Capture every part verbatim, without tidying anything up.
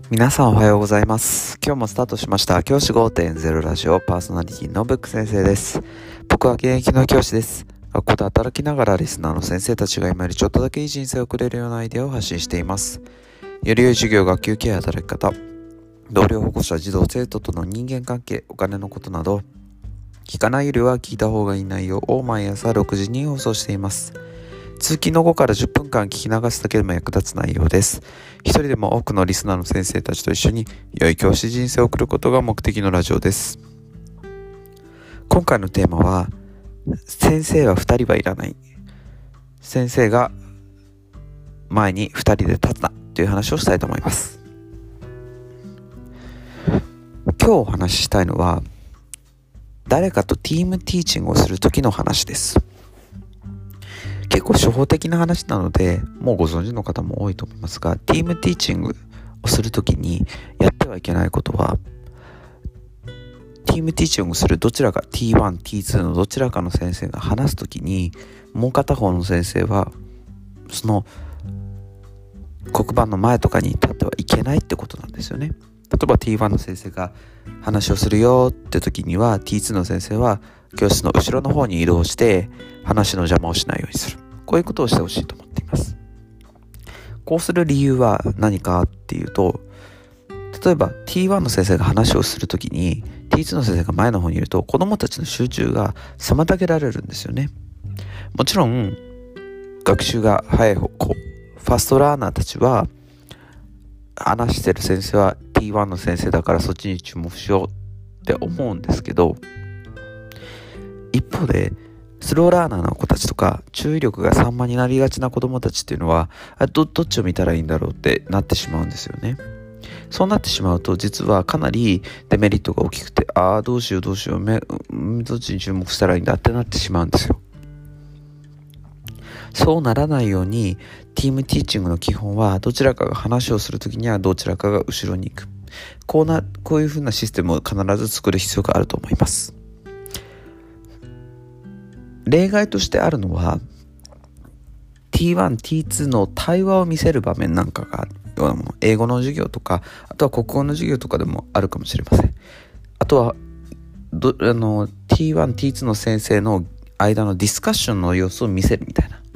皆さんおはようございます。今日もスタートしました教師 ごてんゼロ ラジオパーソナリティのブック先生です。僕は現役の教師です。学校で働きながらリスナーの先生たちが今よりちょっとだけいい人生を送れるようなアイデアを発信しています。より良い授業、学級経営、働き方、同僚保護者、児童生徒との人間関係、お金のことなど聞かないよりは聞いた方がいい内容を毎朝ろくじに放送しています。通勤の後からじゅっぷんかん聞き流すだけでも役立つ内容です。一人でも多くのリスナーの先生たちと一緒に良い教師人生を送ることが目的のラジオです。今回のテーマは、先生は二人はいらない。先生が前に二人で立つなという話をしたいと思います。今日お話ししたいのは、誰かとティームティーチングをする時の話です。結構初歩的な話なのでもうご存知の方も多いと思いますが、ティームティーチングをするときにやってはいけないことは、ティームティーチングをするどちらか ティーワン、ティーツー のどちらかの先生が話すときに、もう片方の先生はその黒板の前とかに立ってはいけないってことなんですよね。例えば ティーワン の先生が話をするよって時には ティーツー の先生は教室の後ろの方に移動して話の邪魔をしないようにする。こういうことをしてほしいと思っています。こうする理由は何かっていうと、例えば ティーワン の先生が話をするときに ティーツー の先生が前の方にいると子どもたちの集中が妨げられるんですよね。もちろん学習が早い方向、ファストラーナーたちは話してる先生は ティーワン の先生だからそっちに注目しようって思うんですけど、一方でスローラーナーの子たちとか注意力が散漫になりがちな子どもたちっていうのは ど, どっちを見たらいいんだろうってなってしまうんですよね。そうなってしまうと実はかなりデメリットが大きくて、ああどうしようどうしようめどっちに注目したらいいんだってなってしまうんですよ。そうならないようにティームティーチングの基本は、どちらかが話をするときにはどちらかが後ろに行く、こうなこういうふうなシステムを必ず作る必要があると思います。例外としてあるのは ティーワン、ティーツー の対話を見せる場面なんかがあるようなもの、英語の授業とか、あとは国語の授業とかでもあるかもしれません。あとはどあの ティーワン、ティーツー の先生の間のディスカッションの様子を見せるみたいな、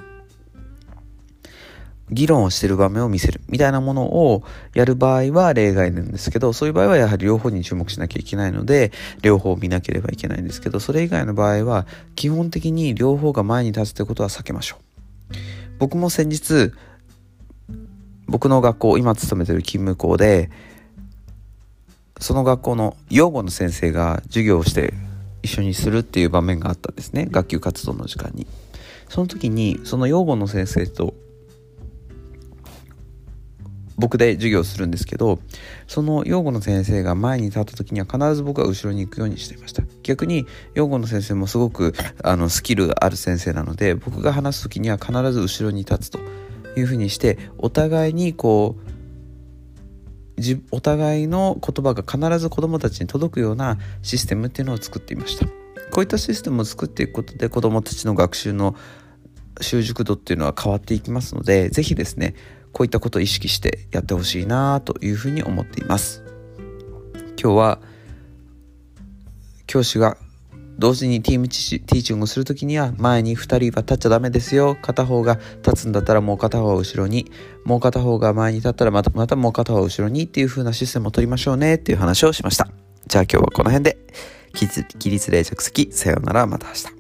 議論をしている場面を見せるみたいなものをやる場合は例外なんですけど、そういう場合はやはり両方に注目しなきゃいけないので両方見なければいけないんですけど、それ以外の場合は基本的に両方が前に立つということは避けましょう。僕も先日、僕の学校、今勤めている勤務校でその学校の養護の先生が授業をして一緒にするっていう場面があったんですね。学級活動の時間に。その時にその養護の先生と僕で授業するんですけど、その養護の先生が前に立った時には必ず僕は後ろに行くようにしていました。逆に養護の先生もすごくあのスキルがある先生なので、僕が話す時には必ず後ろに立つというふうにして、お互いにこうお互いの言葉が必ず子どもたちに届くようなシステムっていうのを作っていました。こういったシステムを作っていくことで子どもたちの学習の習熟度っていうのは変わっていきますので、ぜひですねこういったことを意識してやってほしいなというふうに思っています。今日は教師が同時にティームティーチングをするときには、前にふたりは立っちゃダメですよ。片方が立つんだったらもう片方は後ろに、もう片方が前に立ったらまたまたもう片方は後ろにっていう風なシステムを取りましょうねっていう話をしました。じゃあ今日はこの辺で。起立、起立、礼着席、さようなら、また明日。